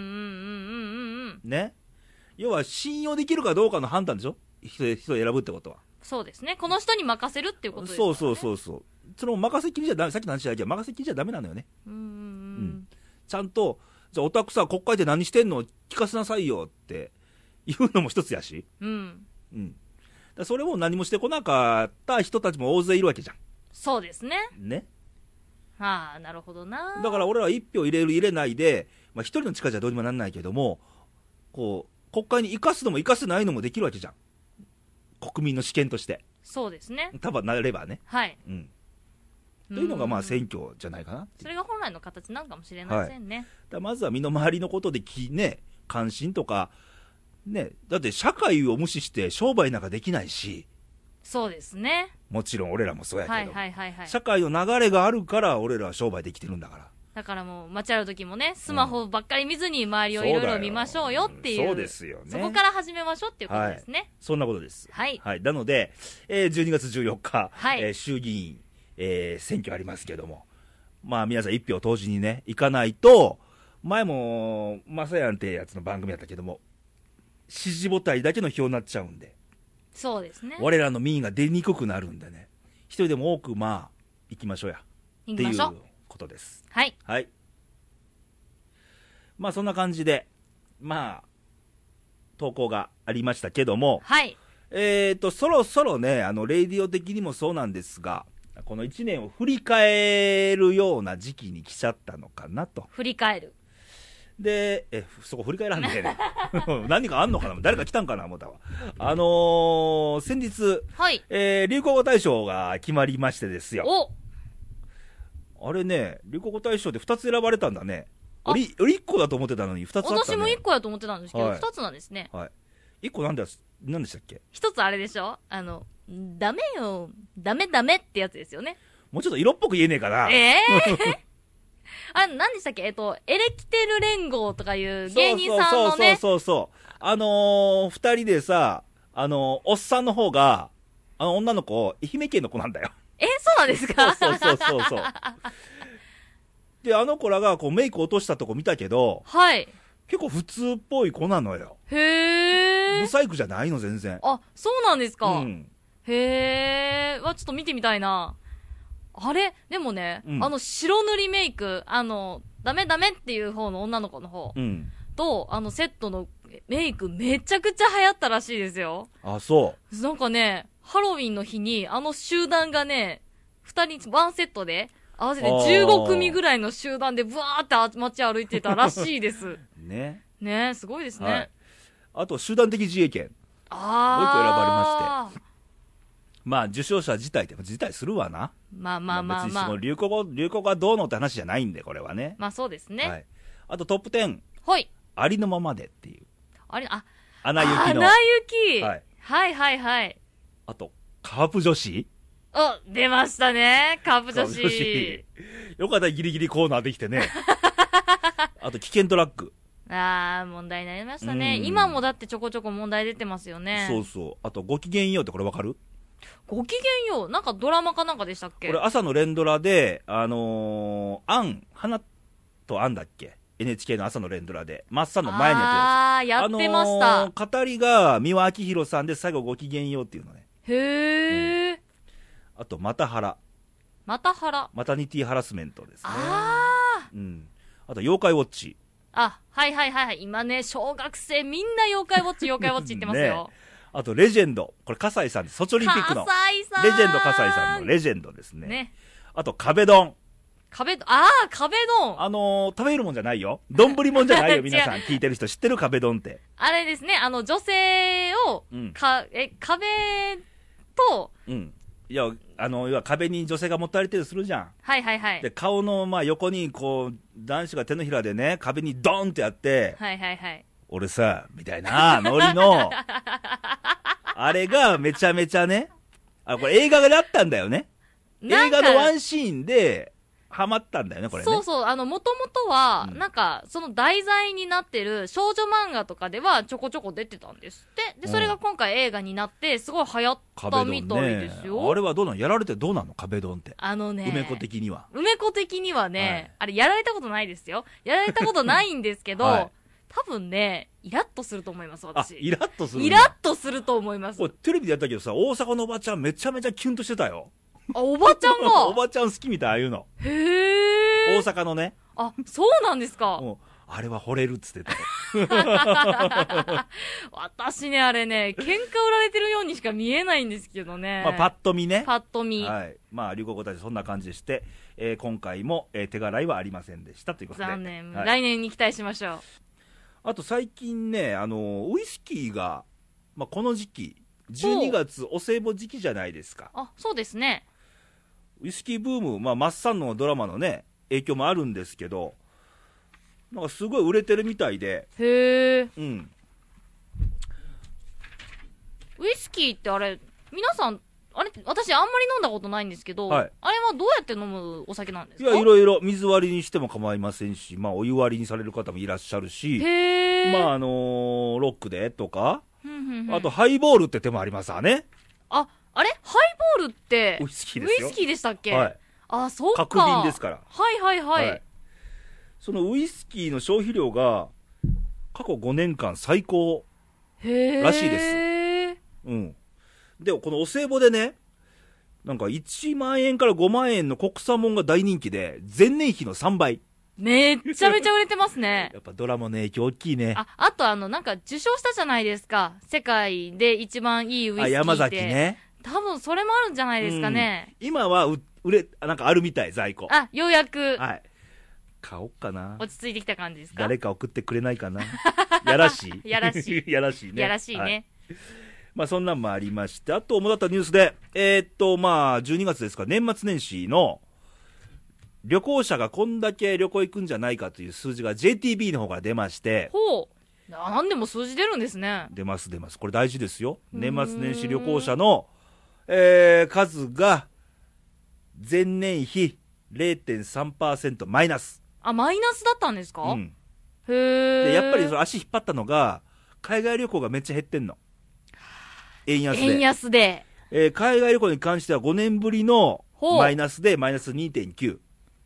ね。要は信用できるかどうかの判断でしょ、人を選ぶってことは。 そうですね。この人に任せるっていうことですからね。 そう。その任せきりじゃダメ、さっきの話だけど、任せきりじゃダメなのよね。ちゃんと、じゃあオタクさ、国会で何してんの聞かせなさいよって言うのも一つやし。それも何もしてこなかった人たちも大勢いるわけじゃん。 そうですね。 ね。 なるほどな。 だから俺らは一票入れる入れないで、まあ一人の力じゃどうにもなんないけども、こう、国会に生かすのも生かせないのもできるわけじゃん。国民の試験として。 そうですね。 多分なればね。というのがまあ選挙じゃないかな。 それが本来の形なのかもしれませんね。 だまずは身の回りのことで関心とか、ね、だって社会を無視して商売なんかできないし。 そうですね。 もちろん俺らもそうやけど、社会の流れがあるから俺らは商売できてるんだから。 だからもう街歩く時もね、スマホばっかり見ずに周りをいろいろ見ましょうよっていう。 そうですよね。 そこから始めましょうっていうことですね。 そんなことです。なので、12月14日、衆議院、選挙ありますけども、まあ皆さん一票投じにね、行かないと、前も、まさやんってやつの番組だったけども、支持母体だけの票になっちゃうんで。 そうですね。 我らの民意が出にくくなるんでね、一人でも多く行きましょうや。っていうことです。まあそんな感じで、投稿がありましたけども、そろそろね、レイディオ的にもそうなんですが、この1年を振り返るような時期に来ちゃったのかなと。 振り返る。 で、そこ振り返らんでね。何かあんのかな、誰か来たんかな思ったわ。先日、流行語大賞が決まりましてですよ。あれね、流行語大賞で2つ選ばれたんだね。俺1個だと思ってたのに2つあったね。 私も1個だと思ってたんですけど、2つなんですね。 1個何でしたっけ ？1つあれでしょ？ダメよ、ダメってやつですよね。 もうちょっと色っぽく言えねえかな。 何でしたっけ？エレキテル連合とかいう芸人さんのね。 2人でさ、おっさんの方が、 あの女の子、愛媛県の子なんだよ。 そうなんですか？ そうそうそうそう。で、あの子らがこうメイク落としたとこ見たけど、 はい。 結構普通っぽい子なのよ。 へー。 ブサイクじゃないの、全然。 あ、そうなんですか。 うん。 へー。ちょっと見てみたいな。あれでもね、 うん白塗りメイク、ダメダメっていう方の女の子の方うん。 と、セットのメイクめちゃくちゃ流行ったらしいですよ。 あ、そなんかね、ハロウィンの日に、集団がね、ワンセットで、合わせて15組ぐらいの集団でブワーって街歩いてたらしいです。 う。ね。 ね、すごいですね。 はい。あと、集団的自衛権。 あもう一個選ばれまして。まあ、受賞者自体でも辞退するわな。 まあまあまあまあ。 別に流行語がどうのって話じゃないんで、これはね。 まあそうですね。 はい。あとトップ10。 はい。 ありのままでっていう。 あれ、 アナ雪の。 アナ雪、 はい。 はいはいはい。 あと、カープ女子。 出ましたね。カープ女子。 よかった、ギリギリコーナーできてね。あと、危険トラック。 問題になりましたね。今もだってちょこちょこ問題出てますよね。 そうそう。あと、ごきげんようってこれわかる？ ごきげんようなんかドラマかなんかでしたっけ？ これ朝の連ドラで、花とアンだっけ？ NHK の朝の連ドラで、マッサンの前にやってるやってました。 語りが三輪明宏さんで最後ごきげんようっていうのね。 へー。 あと、またはら。 またはら。 マタニティハラスメントですね。 うん。 あと、妖怪ウォッチ。 はいはいはい。今ね、小学生みんな妖怪ウォッチ言ってますよ。 ね、あと、レジェンド。これ、葛西さんです。ソチオリンピックの。レジェンド葛西さんのレジェンドですね。 ね。 あと、壁ドン。 壁ドン。 食べるもんじゃないよ。丼もんじゃないよ、皆さん。聞いてる人知ってる壁ドンって。 あれですね、女性を、壁と、 要は壁に女性が持たれてるするじゃん。 はいはいはい。 で、顔の、横に、こう、男子が手のひらでね、壁にドーンってやって、 はいはいはい。 俺さ、みたいな、ノリの、あれがめちゃめちゃね、これ映画であったんだよね。映画のワンシーンで、ハマったんだよね、これね。 そうそう、もともとは、なんか、その題材になってる少女漫画とかではちょこちょこ出てたんですって。で、それが今回映画になって、すごい流行ったみたいですよ。 あれはどうなの？やられてどうなの？壁ドンって。梅子的には。 梅子的にはね、あれやられたことないですよ。やられたことないんですけど、多分ね、イラッとすると思います、私。 イラッとする？ イラッとすると思います。 これテレビでやったけどさ、大阪のおばちゃんめちゃめちゃキュンとしてたよ。 おばちゃんがおばちゃん好きみたい、ああいうの。 へー。 大阪のね。 そうなんですか。 あれは惚れるっつってたよ。 私ね、あれね、喧嘩売られてるようにしか見えないんですけどね。 パッと見ね。 パッと見。 はい。流行語大賞そんな感じでして、今回も、手柄いはありませんでしたということで。 残念。来年に期待しましょう。 あと最近ね、ウイスキーが、この時期、12月お歳暮時期じゃないですか。 そうですね。 ウイスキーブーム、マッサンのドラマのね、影響もあるんですけど、なんかすごい売れてるみたいで。 へー。ウイスキーってあれ、皆さん、私あんまり飲んだことないんですけど、あれはどうやって飲むお酒なんですか？ いろいろ水割りにしても構いませんし、お湯割りにされる方もいらっしゃるし、ロックでとか、あとハイボールって手もありますわね。 あれハイボールってウイスキーですよ。 ウイスキーでしたっけ？ はい。 そうか。 角瓶ですから。 はいはいはい。 そのウイスキーの消費量が過去5年間最高らしいです。で、このお歳暮でね、なんか1万円から5万円の国産もんが大人気で、前年比の3倍。 めっちゃめちゃ売れてますね。 やっぱドラマの影響大きいね。 あとなんか受賞したじゃないですか。世界で一番いいウイスキーって。 山崎ね。 多分それもあるんじゃないですかね。 今はなんかあるみたい、在庫。 ようやく。 はい。買おっかな。 落ち着いてきた感じですか？ 誰か送ってくれないかな。やらしい。 やらしい。 やらしいね。 やらしいね。 そんなんもありまして、あと主だったニュースで、12月ですか、年末年始の旅行者がこんだけ旅行行くんじゃないかという数字が JTB の方から出まして。 なんでも数字出るんですね。 出ます。これ大事ですよ。年末年始旅行者の、数が前年比 0.3% マイナス。 マイナスだったんですか？へー。で、やっぱり足引っ張ったのが、海外旅行がめっちゃ減ってんの。円安で。 海外旅行に関しては5年ぶりのマイナスでマイナス 2.9。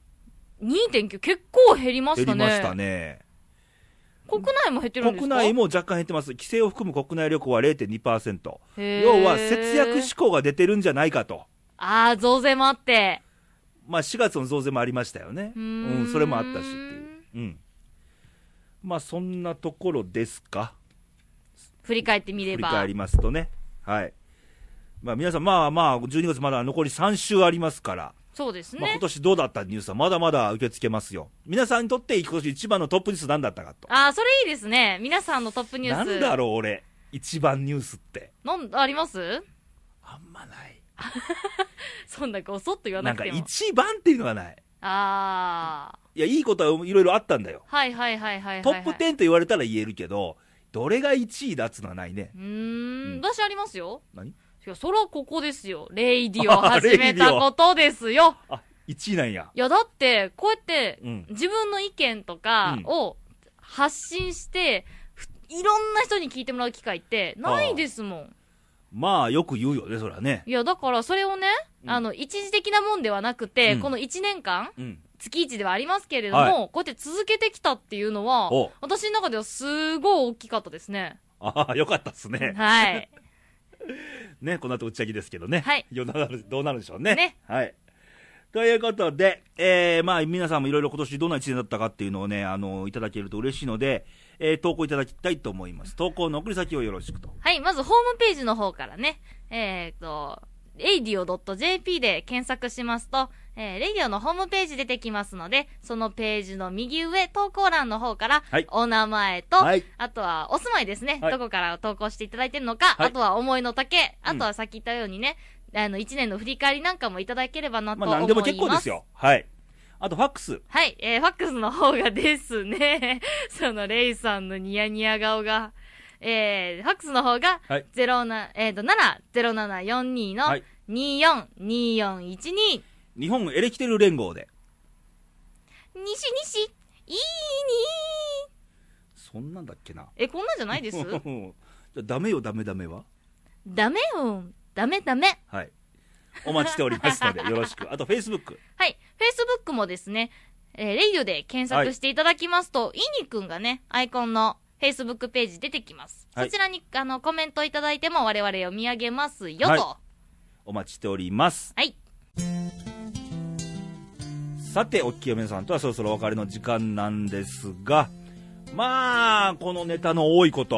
2.9 結構減りましたね。 減りましたね。 国内も減ってるんですか？ 国内も若干減ってます。帰省を含む国内旅行は 0.2%。要は節約志向が出てるんじゃないかと。 ああ、増税もあって。 まあ4月の増税もありましたよね。それもあったしっていう。まあそんなところですか。 振り返ってみれば。 振り返りますとね。はい。まあ皆さん、まあ12月まだ残り3週ありますから。 そうですね。 まあ今年どうだったニュースはまだまだ受け付けますよ。皆さんにとって今年一番のトップニュース何だったかと。 ああ、それいいですね。皆さんのトップニュース。 なんだろう俺、一番ニュースって。 あります？ あんまない。 そんなごそっと言わなくても。 なんか一番っていうのはない。 ああ。 いや、いいことはいろいろあったんだよ。 はい。 トップ10と言われたら言えるけど、どれが1位だっつのはないね。 私ありますよ。 何？ いや、そらここですよ。レイディを始めたことですよ。 あ、1位なんや。 いや、だって、こうやって、自分の意見とかを発信して、いろんな人に聞いてもらう機会ってないですもん。 まあ、よく言うよね、それはね。 いや、だからそれをね、一時的なもんではなくて、この1年間、月1ではありますけれども、こうやって続けてきたっていうのは、私の中ではすごい大きかったですね。 ああ、よかったっすね。 はい。 ね、この後打ち上げですけどね。 はい。 どうなるでしょうね。ね。はい。ということで、まあ、皆さんもいろいろ今年どんな1年だったかっていうのをね、いただけると嬉しいので、投稿いただきたいと思います。投稿の送り先をよろしくと。 はい、まずホームページの方からね、radio.jp で検索しますと、レディオのホームページ出てきますので、そのページの右上、投稿欄の方から、お名前と、あとはお住まいですね、どこから投稿していただいてるのか、あとは思いの丈、あとはさっき言ったようにね、1年の振り返りなんかもいただければなと思います。 まあ何でも結構ですよ。はい。あとファックス。 はい、ファックスの方がですね、そのレイさんのニヤニヤ顔が、ファックスの方が、70742の242412。 日本エレキテル連合で。 西、いいにそんなんだっけな。 こんなんじゃないです？じゃダメよ、ダメはダメよ、ダメ。 はい。お待ちしておりますので、よろしく。あと、Facebook。 はい。Facebook もですね、レイディオで検索していただきますと、イニくんがね、アイコンの Facebook ページ出てきます。そちらに、コメントいただいても我々読み上げますよと。 お待ちしております。 はい。 さて、お聞きの皆さんとはそろそろお別れの時間なんですが、まあ、このネタの多いこと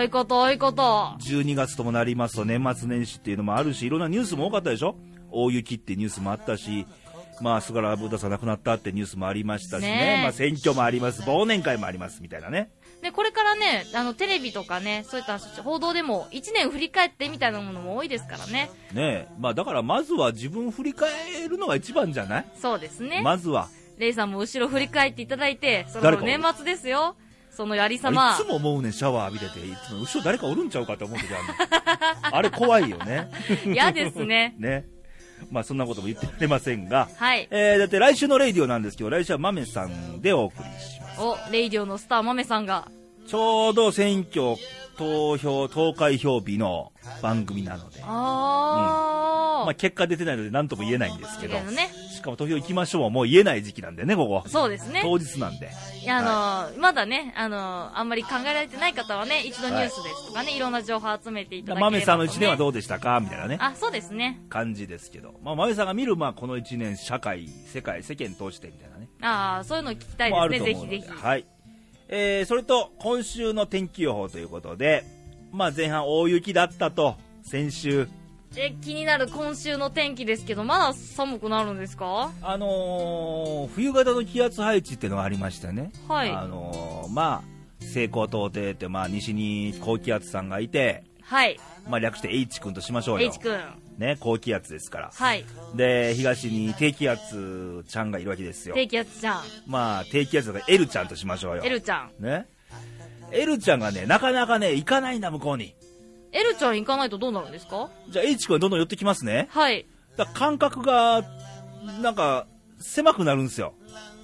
。12月ともなりますと年末年始っていうのもあるし、いろんなニュースも多かったでしょ。大雪ってニュースもあったし、まあ、菅原ブダさん亡くなったってニュースもありましたしね。まあ、選挙もあります。忘年会もあります。みたいなね。 で、これからね、テレビとかね、そういった報道でも1年振り返ってみたいなものも多いですからね。 ねえ。まあ、だからまずは自分振り返るのが一番じゃない？ そうですね。 まずは。 レイさんも後ろ振り返っていただいて、その年末ですよ。そのやりさま。 いつも思うね、シャワー浴びてて、いつも後ろ誰かおるんちゃうかって思ってたあれ怖いよね。 嫌ですね。 ね。まあそんなことも言ってられませんが。 はい。 だって来週のレイディオなんですけど、来週はマメさんでお送りします。 レイディオのスターマメさんが。 ちょうど選挙、投開票日の番組なので。まあ結果出てないので何とも言えないんですけど。しかも投票行きましょうもう言えない時期なんでね、ここ。 そうですね。 当日なんで。 いや、まだね、あんまり考えられてない方はね、一度ニュースですとかね、いろんな情報集めていただければと、ね。マメさんの1年はどうでしたかみたいなね。 そうですね。 感じですけど。まあ、マメさんが見る、まあ、この1年、社会、世間通してみたいなね。 そういうの聞きたいですね、ぜひぜひ。 はい。それと、今週の天気予報ということで、まあ、前半大雪だったと、先週。 気になる今週の天気ですけど、まだ寒くなるんですか？ 冬型の気圧配置っていうのがありましてね。 はい。 まあ、西高東低って、まあ、西に高気圧さんがいて、 はい。 まあ、略して H 君としましょうよ。 H 君。 ね、高気圧ですから。 はい。 で、東に低気圧ちゃんがいるわけですよ。 低気圧ちゃん。 まあ、低気圧が L ちゃんとしましょうよ。 L ちゃん。 ね。L ちゃんがね、なかなかね、行かないんだ、向こうに。 L ちゃん行かないとどうなるんですか？ じゃあ H 君はどんどん寄ってきますね。 はい。 だから間隔が、なんか、狭くなるんですよ。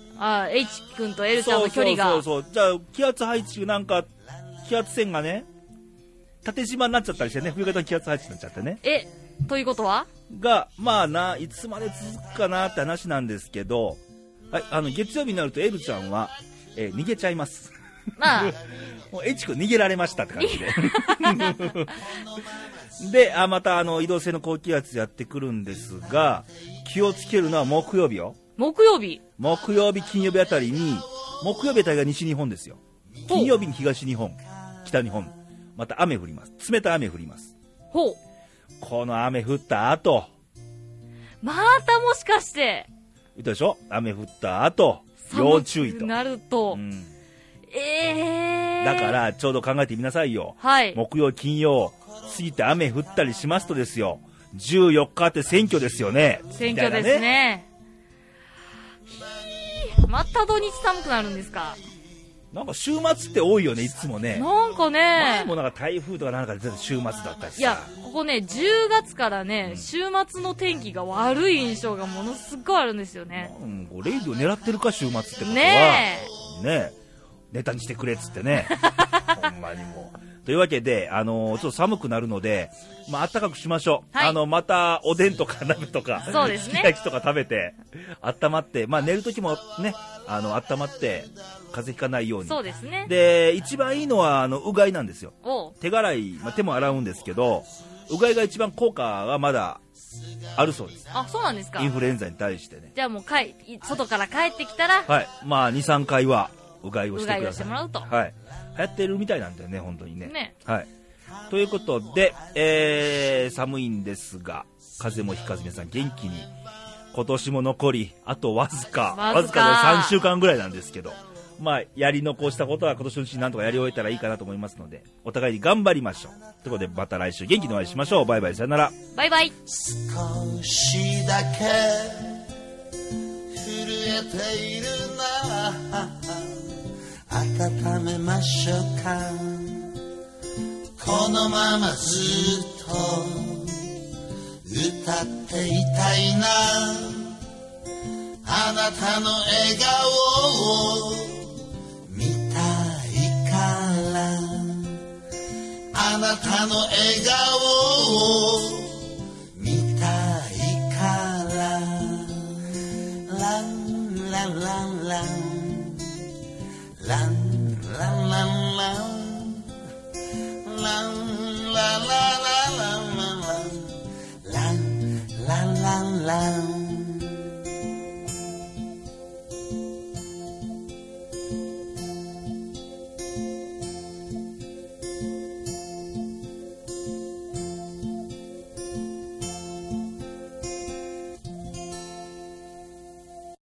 H 君と L ちゃんの距離が。 そう。じゃあ、気圧配置なんか、気圧線がね、縦縞になっちゃったりしてね、冬型の気圧配置になっちゃってね。 ということはが、まあいつまで続くかなって話なんですけど、はい、月曜日になるとエルちゃんは、逃げちゃいます。 まあ。 もう、エチ君逃げられましたって感じで。で、また移動性の高気圧やってくるんですが、気をつけるのは木曜日よ。 木曜日、 金曜日あたりに、木曜日あたりが西日本ですよ。金曜日に東日本、北日本、また雨降ります。冷たい雨降ります。 ほう。 この雨降った後、 またもしかして、 言ったでしょ、雨降った後、要注意と。 なると、 だからちょうど考えてみなさいよ。 はい。 木曜金曜過ぎて雨降ったりしますとですよ、14日って選挙ですよね。 選挙ですね。また土日寒くなるんですか。 なんか週末って多いよね、いつもね。 なんかね、 前もなんか台風とかなんかで週末だったしさ。 いや、ここね、10月からね、週末の天気が悪い印象がものすごいあるんですよね。 レイディを狙ってるか、週末ってことは。 ねえ。ネタにしてくれっつってね。ほんまにもう。というわけで、ちょっと寒くなるので、暖かくしましょう。 はい、 また、おでんとか鍋とか、 そうですね。 すき焼きとか食べて、温まって、寝るときもね、温まって、風邪ひかないように。 そうですね。 で、一番いいのは、うがいなんですよ。手洗い、手も洗うんですけど、うがいが一番効果がまだあるそうです。 あ、そうなんですか。 インフルエンザに対してね。 じゃあもう外から帰ってきたら、 はい。2、3回は、うがいをしてください。 うがいをしてもらうと。 はい。流行ってるみたいなんだよね、本当にね。 ね。 はい。ということで、寒いんですが、風邪もひかず皆さん元気に、今年も残り、あとわずかで3週間ぐらいなんですけど、やり残したことは今年のうちになんとかやり終えたらいいかなと思いますので、お互いに頑張りましょう。ということで、また来週元気にお会いしましょう。バイバイ、さよなら。 バイバイ。 少しだけ震えているな、温めましょうか。このままずっと歌っていたいな。あなたの笑顔を見たいから、あなたの笑顔を見たいから、ランランランランラン